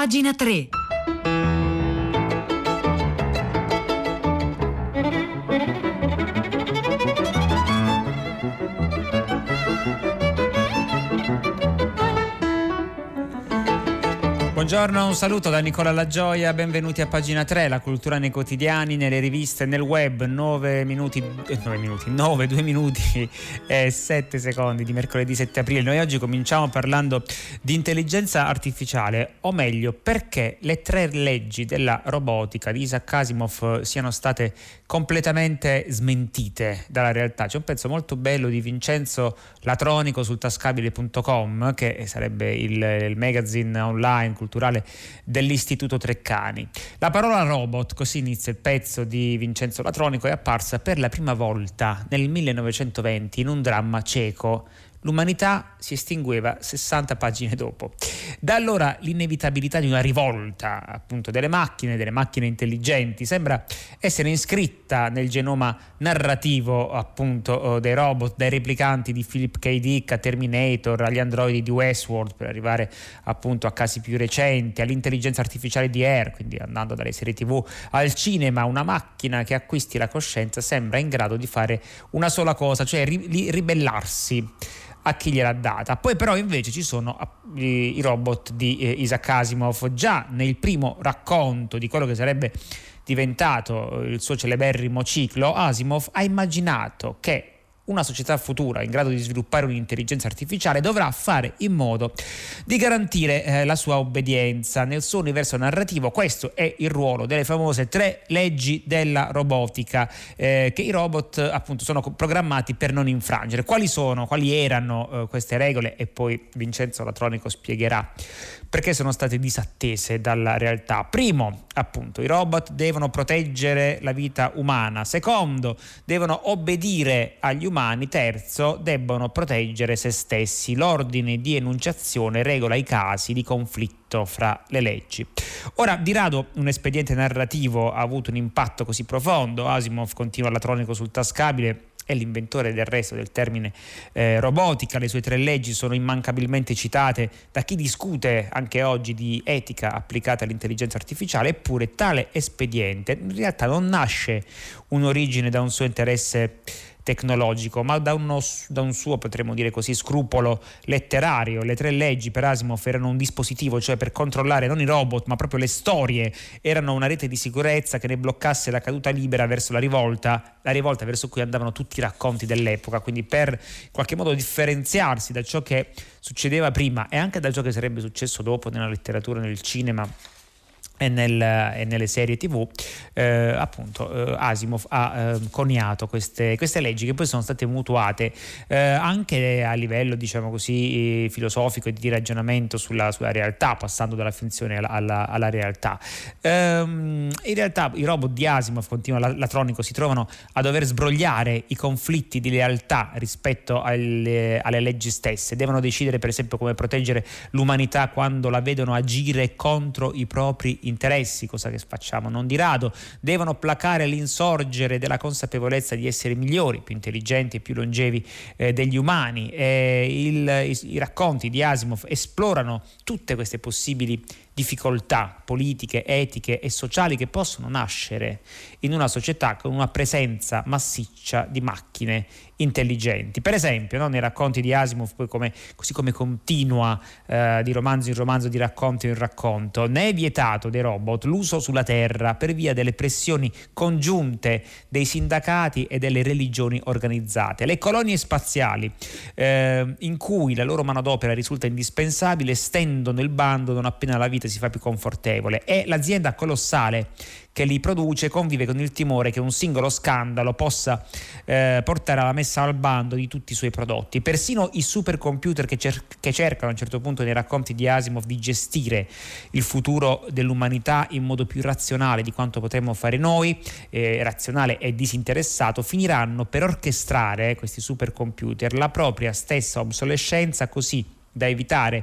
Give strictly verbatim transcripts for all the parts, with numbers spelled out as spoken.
Pagina tre. Buongiorno, un saluto da Nicola Lagioia, benvenuti a Pagina tre, la cultura nei quotidiani, nelle riviste, nel web. nove minuti, nove minuti, nove, due minuti e sette secondi di mercoledì sette aprile. Noi oggi cominciamo parlando di intelligenza artificiale, o meglio, perché le tre leggi della robotica di Isaac Asimov siano state completamente smentite dalla realtà. C'è un pezzo molto bello di Vincenzo Latronico sul tascabile punto com, che sarebbe il, il magazine online culturale dell'Istituto Treccani. La parola robot, così inizia il pezzo di Vincenzo Latronico, è apparsa per la prima volta nel millenovecentoventi in un dramma ceco. L'umanità si estingueva sessanta pagine dopo. Da allora l'inevitabilità di una rivolta, appunto, delle macchine, delle macchine intelligenti, sembra essere iscritta nel genoma narrativo, appunto, dei robot, dai replicanti di Philip K. Dick a Terminator, agli androidi di Westworld, per arrivare appunto a casi più recenti, all'intelligenza artificiale di Air, quindi andando dalle serie tivù al cinema. Una macchina che acquisti la coscienza sembra in grado di fare una sola cosa, cioè ri- ribellarsi a chi gliel'ha data. Poi però invece ci sono i, i robot di eh, Isaac Asimov. Già nel primo racconto di quello che sarebbe diventato il suo celeberrimo ciclo, Asimov ha immaginato che una società futura in grado di sviluppare un'intelligenza artificiale dovrà fare in modo di garantire eh, la sua obbedienza. Nel suo universo narrativo questo è il ruolo delle famose tre leggi della robotica, eh, che i robot appunto sono programmati per non infrangere. Quali sono, quali erano eh, queste regole? E poi Vincenzo Latronico spiegherà perché sono state disattese dalla realtà. Primo, appunto, i robot devono proteggere la vita umana. Secondo, devono obbedire agli umani. Terzo, debbono proteggere se stessi. L'ordine di enunciazione regola i casi di conflitto fra le leggi. Ora, di rado un espediente narrativo ha avuto un impatto così profondo. Asimov, continua Latronico sul tascabile, è l'inventore del resto del termine eh, robotica. Le sue tre leggi sono immancabilmente citate da chi discute anche oggi di etica applicata all'intelligenza artificiale. Eppure tale espediente in realtà non nasce un'origine da un suo interesse tecnologico, ma da, uno, da un suo, potremmo dire così, scrupolo letterario. Le tre leggi per Asimov erano un dispositivo, cioè per controllare non i robot ma proprio le storie, erano una rete di sicurezza che ne bloccasse la caduta libera verso la rivolta, la rivolta verso cui andavano tutti i racconti dell'epoca, quindi per in qualche modo differenziarsi da ciò che succedeva prima e anche da ciò che sarebbe successo dopo nella letteratura, nel cinema e, nel, e nelle serie tivù. eh, appunto eh, Asimov ha eh, coniato queste, queste leggi che poi sono state mutuate eh, anche a livello, diciamo così, eh, filosofico e di ragionamento sulla, sulla realtà, passando dalla finzione alla, alla, alla realtà. Ehm, in realtà i robot di Asimov, continua Latronico, si trovano a dover sbrogliare i conflitti di lealtà rispetto alle, alle leggi stesse. Devono decidere per esempio come proteggere l'umanità quando la vedono agire contro i propri interessi, cosa che facciamo non di rado. Devono placare l'insorgere della consapevolezza di essere migliori, più intelligenti e più longevi eh, degli umani. Eh, il, i, i racconti di Asimov esplorano tutte queste possibili difficoltà politiche, etiche e sociali che possono nascere in una società con una presenza massiccia di macchine intelligenti. Per esempio, no, nei racconti di Asimov, poi come, così come continua eh, di romanzo in romanzo, di racconto in racconto, ne è vietato dei robot l'uso sulla Terra per via delle pressioni congiunte dei sindacati e delle religioni organizzate. Le colonie spaziali, eh, in cui la loro manodopera risulta indispensabile, stendono il bando non appena la vita si fa più confortevole, e l'azienda colossale che li produce convive con il timore che un singolo scandalo possa eh, portare alla messa al bando di tutti i suoi prodotti. Persino i supercomputer che, cer- che cercano a un certo punto nei racconti di Asimov di gestire il futuro dell'umanità in modo più razionale di quanto potremmo fare noi, eh, razionale e disinteressato, finiranno per orchestrare, eh, questi supercomputer, la propria stessa obsolescenza, così da evitare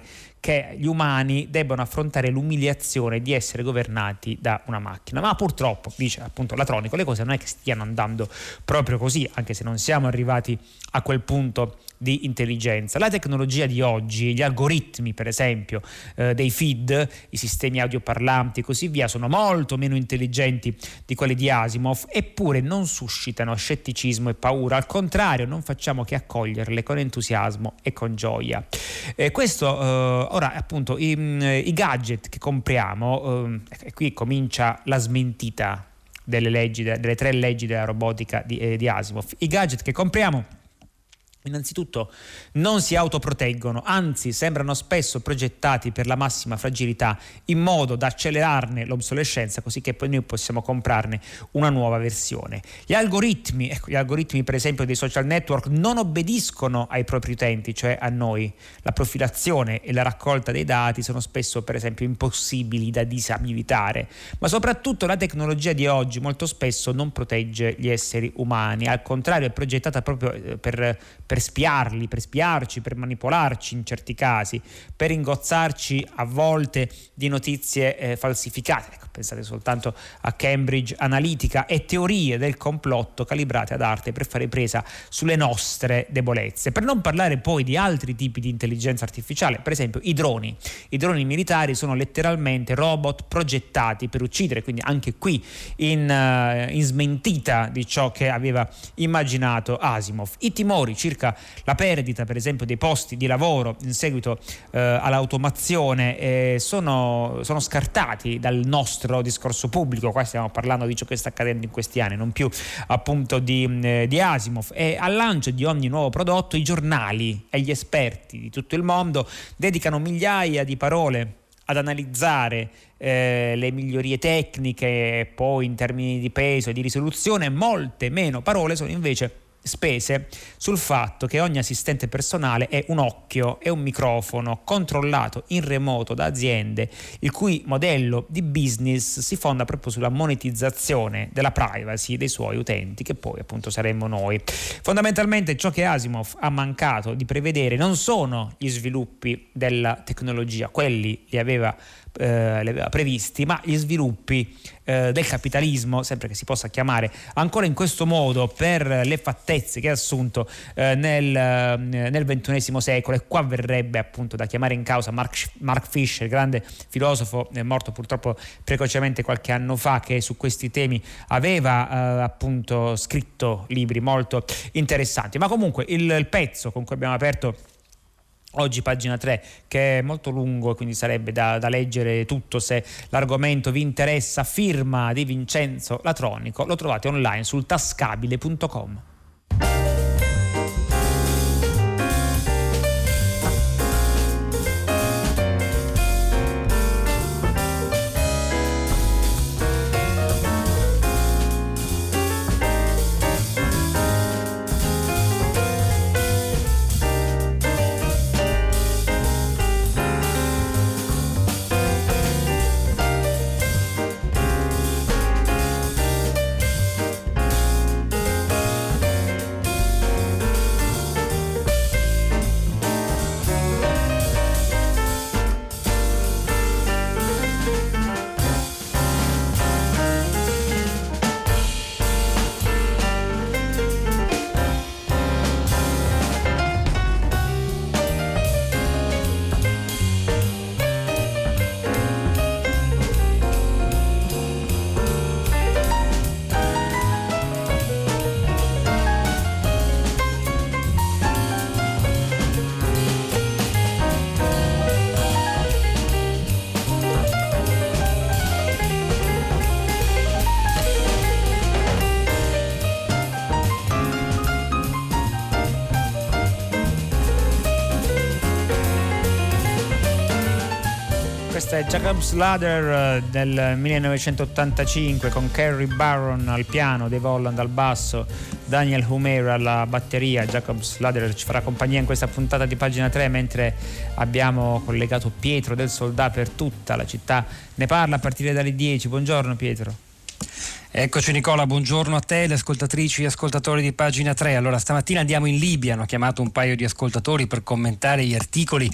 che gli umani debbano affrontare l'umiliazione di essere governati da una macchina. Ma purtroppo, dice appunto Latronico, le cose non è che stiano andando proprio così, anche se non siamo arrivati a quel punto di intelligenza. La tecnologia di oggi, gli algoritmi per esempio eh, dei feed, i sistemi audioparlanti e così via, sono molto meno intelligenti di quelli di Asimov, eppure non suscitano scetticismo e paura, al contrario non facciamo che accoglierle con entusiasmo e con gioia. Eh, questo eh, ora appunto i, i gadget che compriamo, eh, e qui comincia la smentita delle leggi, delle tre leggi della robotica di, eh, di Asimov. I gadget che compriamo innanzitutto non si autoproteggono, anzi sembrano spesso progettati per la massima fragilità in modo da accelerarne l'obsolescenza, così che poi noi possiamo comprarne una nuova versione. Gli algoritmi, ecco, gli algoritmi per esempio dei social network non obbediscono ai propri utenti, cioè a noi. La profilazione e la raccolta dei dati sono spesso per esempio impossibili da disabilitare, ma soprattutto la tecnologia di oggi molto spesso non protegge gli esseri umani, al contrario è progettata proprio per, per per spiarli, per spiarci, per manipolarci in certi casi, per ingozzarci a volte di notizie eh, falsificate. Ecco, pensate soltanto a Cambridge Analytica e teorie del complotto calibrate ad arte per fare presa sulle nostre debolezze. Per non parlare poi di altri tipi di intelligenza artificiale, per esempio i droni. I droni militari sono letteralmente robot progettati per uccidere, quindi anche qui in, uh, in smentita di ciò che aveva immaginato Asimov. I timori circa la perdita per esempio dei posti di lavoro in seguito eh, all'automazione eh, sono, sono scartati dal nostro discorso pubblico. Qua stiamo parlando di ciò che sta accadendo in questi anni, non più appunto di, eh, di Asimov. E al lancio di ogni nuovo prodotto i giornali e gli esperti di tutto il mondo dedicano migliaia di parole ad analizzare eh, le migliorie tecniche e poi in termini di peso e di risoluzione. Molte meno parole sono invece spese sul fatto che ogni assistente personale è un occhio e un microfono controllato in remoto da aziende il cui modello di business si fonda proprio sulla monetizzazione della privacy dei suoi utenti, che poi appunto saremmo noi. Fondamentalmente ciò che Asimov ha mancato di prevedere non sono gli sviluppi della tecnologia, quelli li aveva Eh, li aveva previsti, ma gli sviluppi eh, del capitalismo, sempre che si possa chiamare ancora in questo modo, per le fattezze che ha assunto eh, nel, eh, nel ventunesimo secolo. E qua verrebbe appunto da chiamare in causa Mark, Mark Fisher, grande filosofo eh, morto purtroppo precocemente qualche anno fa, che su questi temi aveva eh, appunto scritto libri molto interessanti. Ma comunque il, il pezzo con cui abbiamo aperto oggi pagina tre, che è molto lungo, quindi sarebbe da, da leggere tutto se l'argomento vi interessa, firma di Vincenzo Latronico, lo trovate online sul tascabile punto com. Questa è Jacob's Ladder del millenovecentottantacinque con Kerry Barron al piano, Dave Holland al basso, Daniel Humer alla batteria. Jacob's Ladder ci farà compagnia in questa puntata di pagina tre, mentre abbiamo collegato Pietro del Soldà per tutta la città. Ne parla a partire dalle dieci. Buongiorno Pietro. Eccoci Nicola, buongiorno a te, le ascoltatrici e ascoltatori di pagina tre. Allora, stamattina andiamo in Libia, hanno chiamato un paio di ascoltatori per commentare gli articoli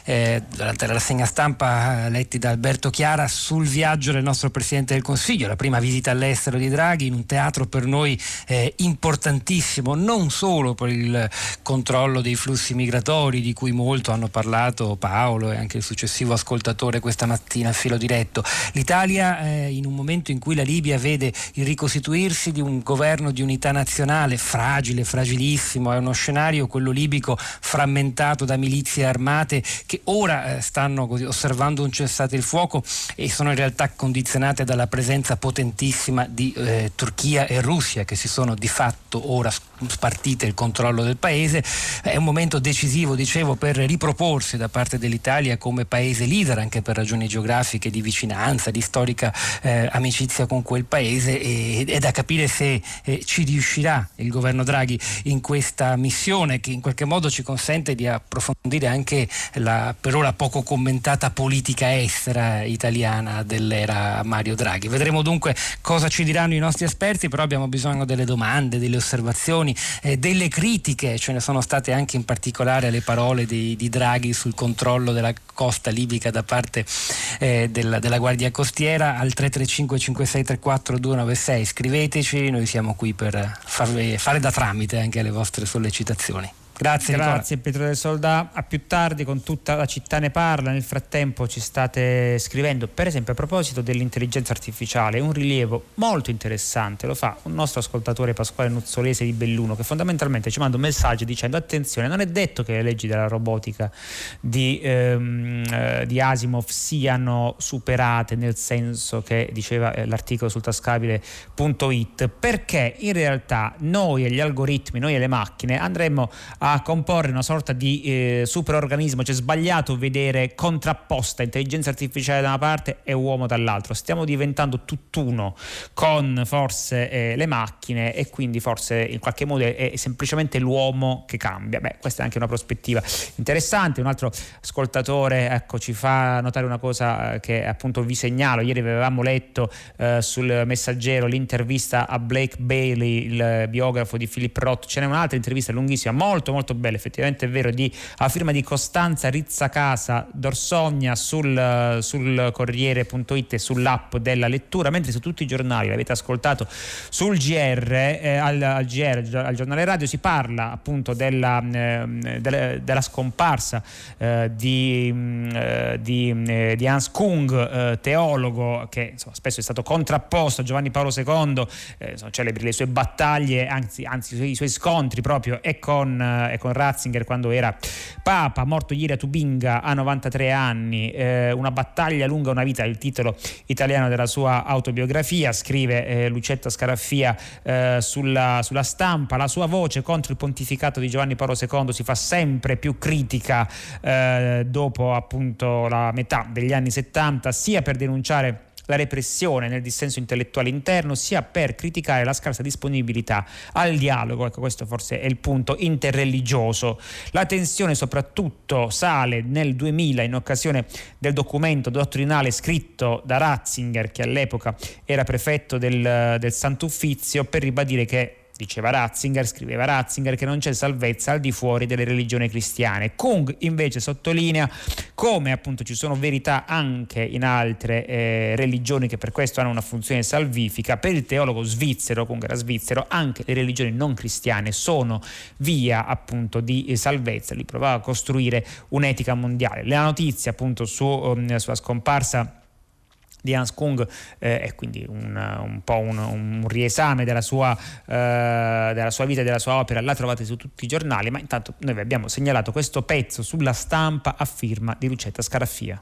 eh, durante la rassegna stampa letti da Alberto Chiara sul viaggio del nostro Presidente del Consiglio, la prima visita all'estero di Draghi in un teatro per noi eh, importantissimo, non solo per il controllo dei flussi migratori di cui molto hanno parlato Paolo e anche il successivo ascoltatore questa mattina al filo diretto. L'Italia eh, in un momento in cui la Libia vede il ricostituirsi di un governo di unità nazionale fragile, fragilissimo, è uno scenario, quello libico, frammentato da milizie armate che ora eh, stanno così osservando un cessate il fuoco e sono in realtà condizionate dalla presenza potentissima di eh, Turchia e Russia, che si sono di fatto ora spartite il controllo del paese. È un momento decisivo, dicevo, per riproporsi da parte dell'Italia come paese leader, anche per ragioni geografiche, di vicinanza, di storica eh, amicizia con quel paese, e è da capire se eh, ci riuscirà il governo Draghi in questa missione che in qualche modo ci consente di approfondire anche la per ora poco commentata politica estera italiana dell'era Mario Draghi. Vedremo dunque cosa ci diranno i nostri esperti, però abbiamo bisogno delle domande, delle osservazioni, eh, delle critiche. Ce ne sono state anche in particolare alle parole di, di Draghi sul controllo della costa libica da parte eh, della, della Guardia Costiera. Al tre tre cinque cinque sei tre quattro due nove sei scriveteci, noi siamo qui per farvi, fare da tramite anche alle vostre sollecitazioni. Grazie, grazie Pietro del Soldà, a più tardi con Tutta la città ne parla. Nel frattempo ci state scrivendo, per esempio a proposito dell'intelligenza artificiale, un rilievo molto interessante lo fa un nostro ascoltatore, Pasquale Nuzzolese di Belluno, che fondamentalmente ci manda un messaggio dicendo: attenzione, non è detto che le leggi della robotica di, ehm, eh, di Asimov siano superate, nel senso che diceva eh, l'articolo sul tascabile punto it, perché in realtà noi e gli algoritmi, noi e le macchine andremmo a comporre una sorta di eh, superorganismo. C'è sbagliato vedere contrapposta intelligenza artificiale da una parte e uomo dall'altro. Stiamo diventando tutt'uno con forse eh, le macchine, e quindi forse in qualche modo è, è semplicemente l'uomo che cambia. Beh, questa è anche una prospettiva interessante. Un altro ascoltatore ecco ci fa notare una cosa che appunto vi segnalo. Ieri avevamo letto eh, sul Messaggero l'intervista a Blake Bailey, il biografo di Philip Roth. Ce n'è un'altra intervista lunghissima, molto molto bella, effettivamente è vero, di, a firma di Costanza Rizzacasa d'Orsogna sul, sul Corriere punto it e sull'app della lettura, mentre su tutti i giornali, l'avete ascoltato sul G R, eh, al, al G R, al giornale radio, si parla appunto della, eh, della, della scomparsa eh, di, eh, di, eh, di Hans Kung, eh, teologo che insomma, spesso è stato contrapposto a Giovanni Paolo secondo, eh, sono celebri le sue battaglie, anzi, anzi i, suoi, i suoi scontri proprio e con e con Ratzinger quando era Papa, morto ieri a Tubinga a novantatré anni. Eh, una battaglia lunga una vita, il titolo italiano della sua autobiografia. Scrive eh, Lucetta Scaraffia eh, sulla, sulla Stampa: la sua voce contro il pontificato di Giovanni Paolo secondo si fa sempre più critica eh, dopo appunto la metà degli anni settanta, sia per denunciare la repressione nel dissenso intellettuale interno, sia per criticare la scarsa disponibilità al dialogo. Ecco, questo forse è il punto interreligioso. La tensione soprattutto sale nel duemila in occasione del documento dottrinale scritto da Ratzinger, che all'epoca era prefetto del, del Sant'Uffizio, per ribadire che, diceva Ratzinger, scriveva Ratzinger, che non c'è salvezza al di fuori delle religioni cristiane. Kung invece sottolinea come appunto ci sono verità anche in altre eh, religioni che per questo hanno una funzione salvifica. Per il teologo svizzero, Kung era svizzero, anche le religioni non cristiane sono via appunto di eh, salvezza. Lui provava a costruire un'etica mondiale. La notizia appunto su, um, sulla scomparsa di Hans Kung eh, è quindi un, un po' un, un riesame della sua, eh, della sua vita e della sua opera. La trovate su tutti i giornali, ma intanto noi vi abbiamo segnalato questo pezzo sulla Stampa a firma di Lucetta Scaraffia.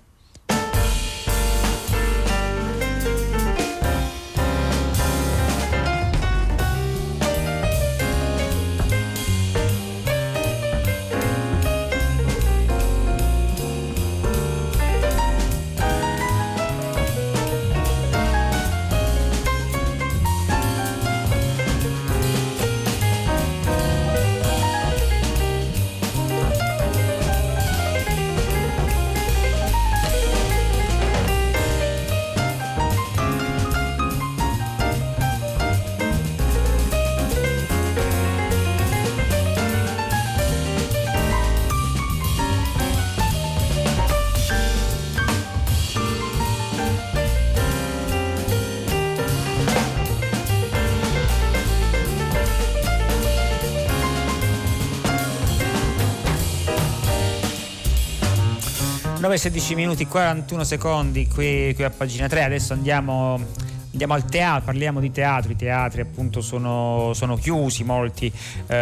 nove e sedici minuti, quarantuno secondi qui, qui a pagina tre. Adesso andiamo... Andiamo al teatro, parliamo di teatro. I teatri appunto sono, sono chiusi, molti eh,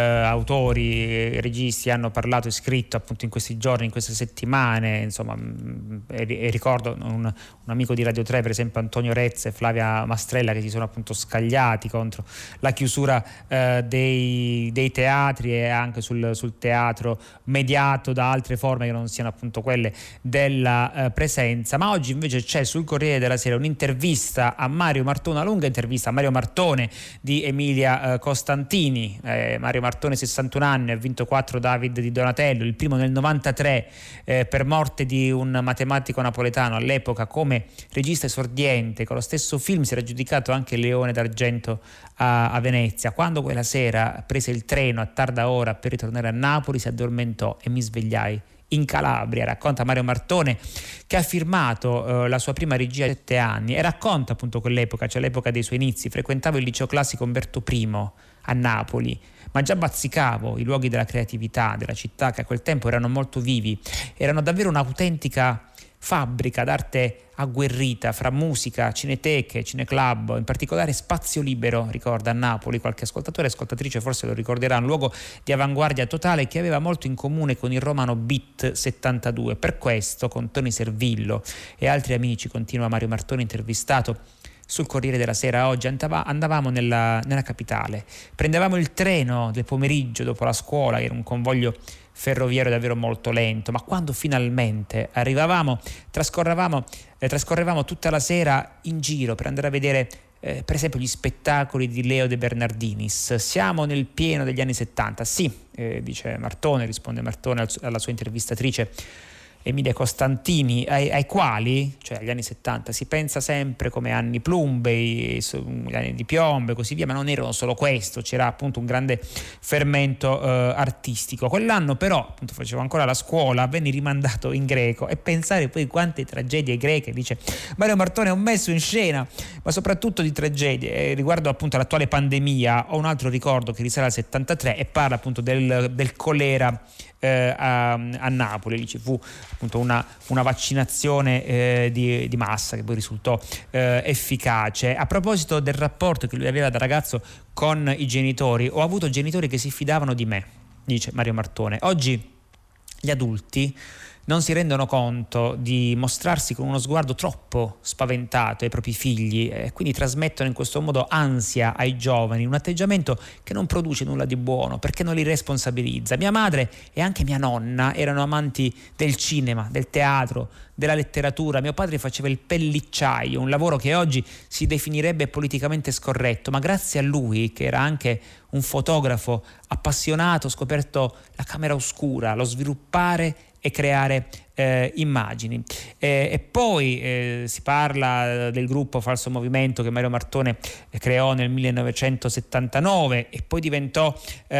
autori e registi hanno parlato e scritto appunto in questi giorni, in queste settimane, insomma, e, e ricordo un, un amico di Radio tre, per esempio Antonio Rezza e Flavia Mastrella, che si sono appunto scagliati contro la chiusura eh, dei, dei teatri e anche sul, sul teatro mediato da altre forme che non siano appunto quelle della eh, presenza. Ma oggi invece c'è sul Corriere della Sera un'intervista a Mario Martone, una lunga intervista a Mario Martone di Emilia eh, Costantini. eh, Mario Martone, sessantuno anni, ha vinto quattro David di Donatello, il primo nel novantatré eh, per morte di un matematico napoletano, all'epoca come regista esordiente. Con lo stesso film si era aggiudicato anche il Leone d'Argento a, a Venezia. Quando quella sera prese il treno a tarda ora per ritornare a Napoli, si addormentò e mi svegliai in Calabria, racconta Mario Martone, che ha firmato eh, la sua prima regia a sette anni, e racconta appunto quell'epoca, cioè l'epoca dei suoi inizi. Frequentavo il liceo classico Umberto primo a Napoli, ma già bazzicavo i luoghi della creatività della città, che a quel tempo erano molto vivi, erano davvero un'autentica fabbrica d'arte agguerrita fra musica, cineteche, cineclub, in particolare Spazio Libero, ricorda a Napoli. Qualche ascoltatore e ascoltatrice forse lo ricorderà, un luogo di avanguardia totale che aveva molto in comune con il romano Beat settantadue. Per questo, con Toni Servillo e altri amici, continua Mario Martone, intervistato sul Corriere della Sera oggi, andavamo nella, nella capitale, prendevamo il treno del pomeriggio dopo la scuola, era un convoglio ferroviario davvero molto lento, ma quando finalmente arrivavamo trascorrevamo, eh, trascorrevamo tutta la sera in giro per andare a vedere eh, per esempio gli spettacoli di Leo De Bernardinis. Siamo nel pieno degli anni settanta, sì, eh, dice Martone, risponde Martone alla sua intervistatrice Emilia Costantini, ai, ai quali, cioè agli anni settanta, si pensa sempre come anni plumbei, gli anni di piombo e così via, ma non erano solo questo, c'era appunto un grande fermento eh, artistico. Quell'anno però, appunto facevo ancora la scuola, venni rimandato in greco, e pensare poi quante tragedie greche, dice Mario Martone, ho messo in scena, ma soprattutto di tragedie. E riguardo appunto all'attuale pandemia, ho un altro ricordo che risale al settantatré e parla appunto del, del colera Eh, a, a Napoli. Lì ci fu appunto una, una vaccinazione eh, di, di massa che poi risultò eh, efficace. A proposito del rapporto che lui aveva da ragazzo con i genitori, ho avuto genitori che si fidavano di me, dice Mario Martone. Oggi gli adulti non si rendono conto di mostrarsi con uno sguardo troppo spaventato ai propri figli e quindi trasmettono in questo modo ansia ai giovani, un atteggiamento che non produce nulla di buono perché non li responsabilizza. Mia madre e anche mia nonna erano amanti del cinema, del teatro, della letteratura. Mio padre faceva il pellicciaio, un lavoro che oggi si definirebbe politicamente scorretto, ma grazie a lui, che era anche un fotografo appassionato, ho scoperto la camera oscura, lo sviluppare e creare eh, immagini. Eh, e poi eh, si parla del gruppo Falso Movimento che Mario Martone creò nel millenovecentosettantanove e poi diventò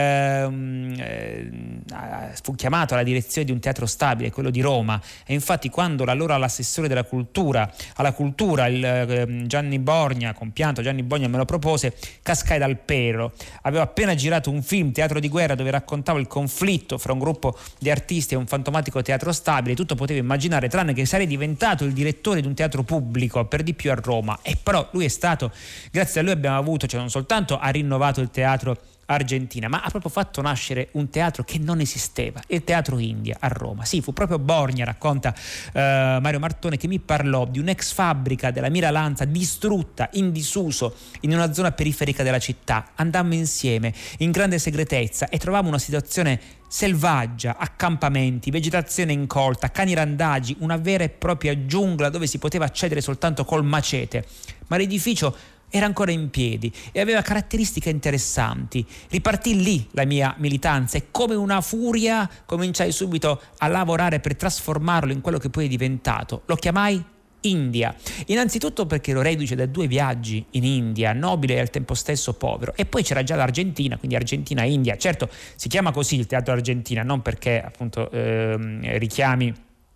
ehm, eh, fu chiamato alla direzione di un teatro stabile, quello di Roma, e infatti quando l'allora l'assessore della cultura alla cultura il eh, Gianni Borgna, compianto Gianni Borgna, me lo propose, cascai dal pero. Avevo appena girato un film, Teatro di guerra, dove raccontavo il conflitto fra un gruppo di artisti e un fantomatico teatro stabile. Tutto potevo immaginare tranne che sarei diventato il direttore di un teatro pubblico, per di più a Roma. E però lui è stato, grazie a lui abbiamo avuto, cioè non soltanto ha rinnovato il teatro Argentina, ma ha proprio fatto nascere un teatro che non esisteva, il Teatro India a Roma. Sì, fu proprio Borgna, racconta eh, Mario Martone, che mi parlò di un'ex fabbrica della Miralanza distrutta in disuso in una zona periferica della città. Andammo insieme in grande segretezza e trovammo una situazione selvaggia, accampamenti, vegetazione incolta, cani randagi, una vera e propria giungla dove si poteva accedere soltanto col macete. Ma l'edificio era ancora in piedi e aveva caratteristiche interessanti. Ripartì lì la mia militanza e come una furia cominciai subito a lavorare per trasformarlo in quello che poi è diventato. Lo chiamai India, innanzitutto perché ero reduce da due viaggi in India, nobile e al tempo stesso povero, e poi c'era già l'Argentina, quindi Argentina-India. Certo, si chiama così il Teatro Argentina non perché appunto ehm, richiami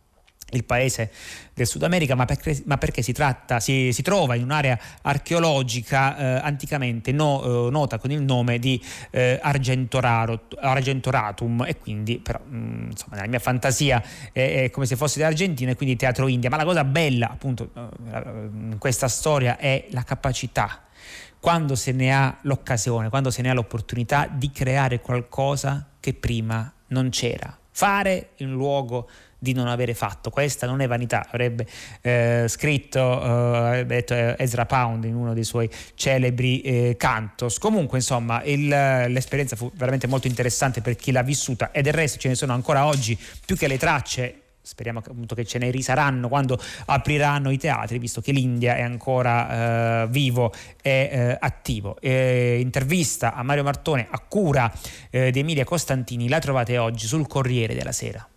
il paese del Sud America, ma perché, ma perché si tratta, si, si trova in un'area archeologica eh, anticamente no, eh, nota con il nome di eh, Argentoratum, e quindi però mh, insomma nella mia fantasia è, è come se fosse d'Argentina e quindi Teatro India. Ma la cosa bella appunto in questa storia è la capacità, quando se ne ha l'occasione, quando se ne ha l'opportunità, di creare qualcosa che prima non c'era, fare in luogo di non avere fatto. Questa non è vanità, avrebbe eh, scritto, eh, avrebbe detto Ezra Pound in uno dei suoi celebri eh, cantos. Comunque insomma il, l'esperienza fu veramente molto interessante per chi l'ha vissuta, e del resto ce ne sono ancora oggi più che le tracce. Speriamo che, appunto, che ce ne risaranno quando apriranno i teatri, visto che l'India è ancora eh, vivo e eh, attivo. Eh, intervista a Mario Martone a cura eh, di Emilia Costantini, la trovate oggi sul Corriere della Sera.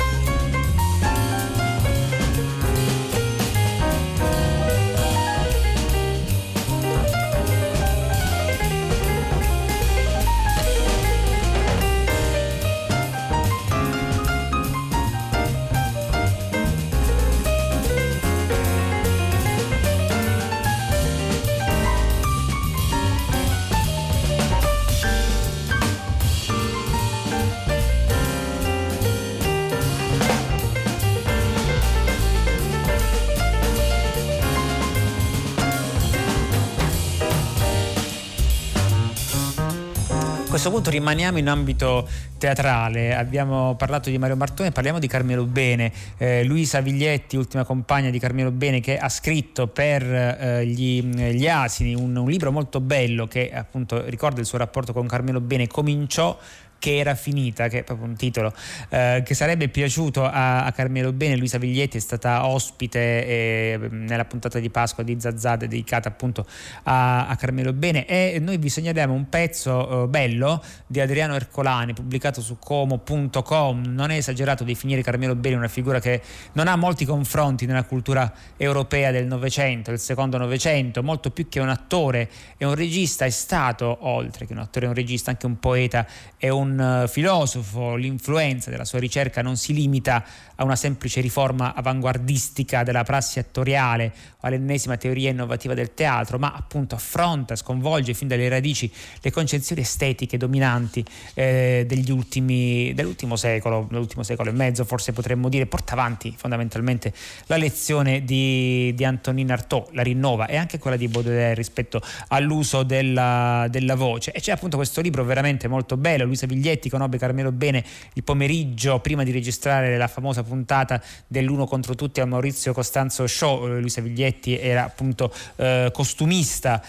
A questo punto rimaniamo in ambito teatrale. Abbiamo parlato di Mario Martone, parliamo di Carmelo Bene. eh, Luisa Viglietti, ultima compagna di Carmelo Bene, che ha scritto per eh, gli, gli Asini un, un libro molto bello che appunto ricorda il suo rapporto con Carmelo Bene. Cominciò che era finita, che è proprio un titolo eh, che sarebbe piaciuto a, a Carmelo Bene. Luisa Viglietti è stata ospite eh, nella puntata di Pasqua di Zazà dedicata appunto a, a Carmelo Bene, e noi vi segnaliamo un pezzo eh, bello di Adriano Ercolani pubblicato su como punto com. Non è esagerato definire Carmelo Bene una figura che non ha molti confronti nella cultura europea del Novecento, del secondo Novecento. Molto più che un attore e un regista è stato, oltre che un attore e un regista, anche un poeta e un un filosofo. L'influenza della sua ricerca non si limita a una semplice riforma avanguardistica della prassi attoriale o all'ennesima teoria innovativa del teatro, ma appunto affronta, sconvolge fin dalle radici le concezioni estetiche dominanti eh, degli ultimi, dell'ultimo secolo, dell'ultimo secolo e mezzo forse potremmo dire. Porta avanti fondamentalmente la lezione di, di Antonin Artaud, la rinnova, e anche quella di Baudelaire rispetto all'uso della, della voce. E c'è appunto questo libro veramente molto bello. Luisa Viglietti conobbe Carmelo Bene il pomeriggio prima di registrare la famosa puntata dell'Uno contro tutti a Maurizio Costanzo Show. Luisa Viglietti era appunto eh, costumista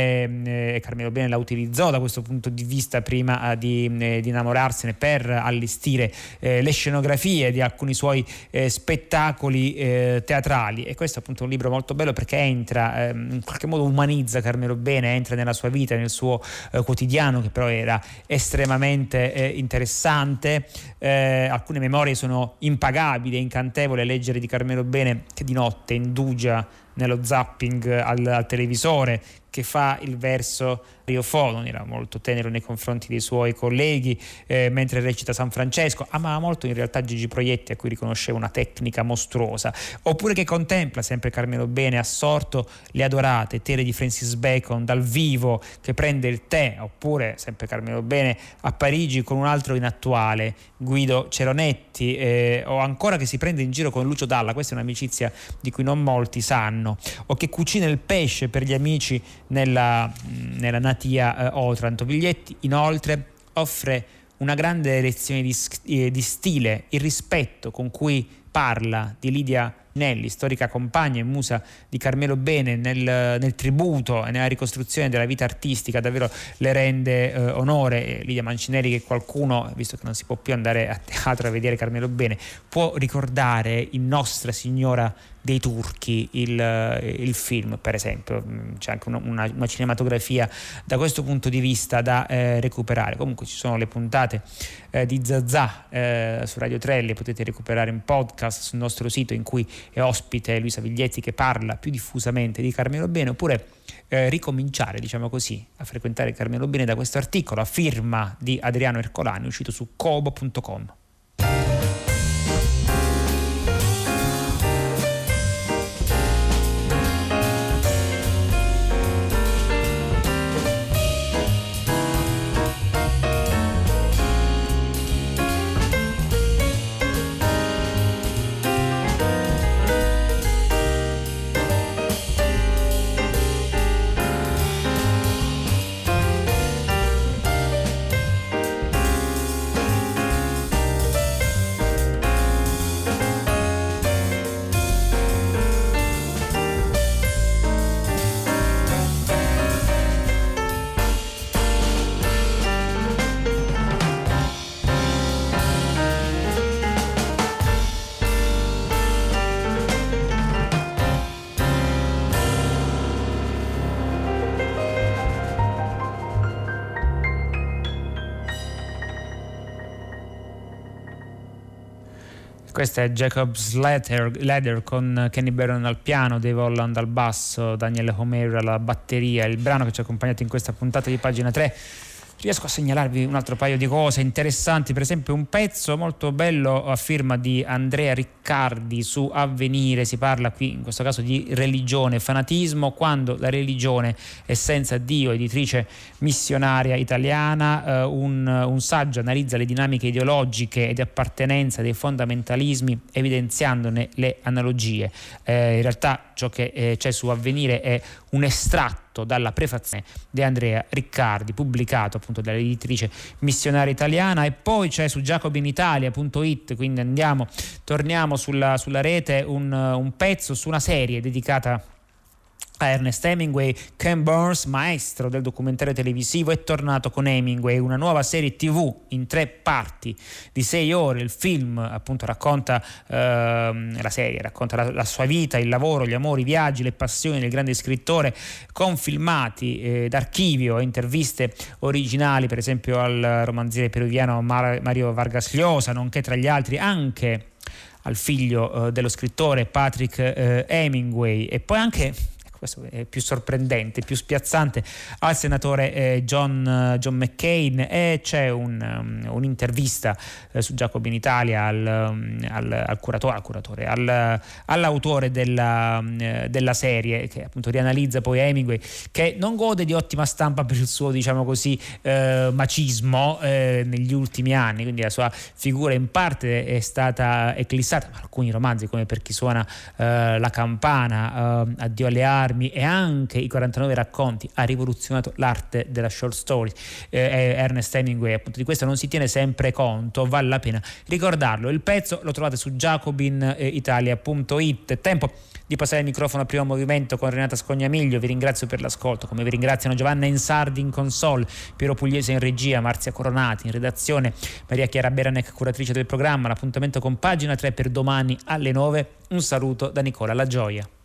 e eh, Carmelo Bene la utilizzò da questo punto di vista prima eh, di, eh, di innamorarsene, per allestire eh, le scenografie di alcuni suoi eh, spettacoli eh, teatrali. E questo è appunto un libro molto bello perché entra, eh, in qualche modo umanizza Carmelo Bene, entra nella sua vita, nel suo eh, quotidiano, che però era estremamente Eh, interessante. Eh, alcune memorie sono impagabili, è incantevole leggere di Carmelo Bene che di notte indugia nello zapping al, al televisore, che fa il verso riofono, era molto tenero nei confronti dei suoi colleghi eh, mentre recita San Francesco. Amava molto in realtà Gigi Proietti, a cui riconosceva una tecnica mostruosa. Oppure che contempla sempre Carmelo Bene assorto Le Adorate, Tere di Francis Bacon dal vivo, che prende il tè. Oppure sempre Carmelo Bene a Parigi con un altro inattuale, Guido Ceronetti, eh, o ancora che si prende in giro con Lucio Dalla. Questa è un'amicizia di cui non molti sanno. O che cucina il pesce per gli amici nella, nella natia eh, Otranto. Viglietti inoltre offre una grande lezione di, eh, di stile, il rispetto con cui parla di Lidia Nelli, storica compagna e musa di Carmelo Bene, nel, nel tributo e nella ricostruzione della vita artistica, davvero le rende eh, onore. Lidia Mancinelli, che qualcuno, visto che non si può più andare a teatro a vedere Carmelo Bene, può ricordare in Nostra Signora dei Turchi, il, il film per esempio. C'è anche una, una, una cinematografia da questo punto di vista da eh, recuperare. Comunque ci sono le puntate eh, di Zazà eh, su Radio tre, le potete recuperare in podcast sul nostro sito, in cui è ospite Luisa Viglietti che parla più diffusamente di Carmelo Bene, oppure eh, ricominciare, diciamo così, a frequentare Carmelo Bene da questo articolo a firma di Adriano Ercolani uscito su como punto com. Questo è Jacob's Ladder, Ladder con Kenny Barron al piano, Dave Holland al basso, Daniel Homer alla batteria, il brano che ci ha accompagnato in questa puntata di Pagina tre. Riesco a segnalarvi un altro paio di cose interessanti, per esempio un pezzo molto bello a firma di Andrea Riccardi su Avvenire. Si parla qui in questo caso di religione e fanatismo, quando la religione è senza Dio, editrice missionaria italiana. Eh, un, un saggio analizza le dinamiche ideologiche e di appartenenza dei fondamentalismi, evidenziandone le analogie. Eh, in realtà ciò che eh, c'è su Avvenire è un estratto dalla prefazione di Andrea Riccardi, pubblicato appunto dall'editrice missionaria italiana. E poi c'è su jacobinitalia punto it, quindi andiamo, torniamo sulla, sulla rete, un, un pezzo su una serie dedicata a Ernest Hemingway. Ken Burns, maestro del documentario televisivo, è tornato con Hemingway, una nuova serie tivù in tre parti di sei ore. Il film appunto racconta ehm, la serie racconta la, la sua vita, il lavoro, gli amori, i viaggi, le passioni del grande scrittore, con filmati eh, d'archivio e interviste originali, per esempio al romanziere peruviano Mar- Mario Vargas Llosa, nonché tra gli altri anche al figlio eh, dello scrittore Patrick eh, Hemingway, e poi anche, questo è più sorprendente, più spiazzante, al senatore eh, John, John McCain. E c'è un, um, un'intervista eh, su Jacobin Italia al, um, al, al curatore, al curatore al, all'autore della, um, della serie, che appunto rianalizza poi Hemingway, che non gode di ottima stampa per il suo, diciamo così, eh, macismo eh, negli ultimi anni, quindi la sua figura in parte è stata eclissata, ma alcuni romanzi come Per chi suona eh, la campana, eh, Addio alle armi e anche i quarantanove racconti ha rivoluzionato l'arte della short story. eh, Ernest Hemingway, appunto, di questo non si tiene sempre conto, vale la pena ricordarlo. Il pezzo lo trovate su jacobinitalia punto it. Tempo di passare il microfono al primo movimento con Renata Scognamiglio. Vi ringrazio per l'ascolto, come vi ringraziano Giovanna Ensardi in console, Piero Pugliese in regia, Marzia Coronati in redazione, Maria Chiara Beranec curatrice del programma. L'appuntamento con Pagina tre per domani alle nove. Un saluto da Nicola La Gioia.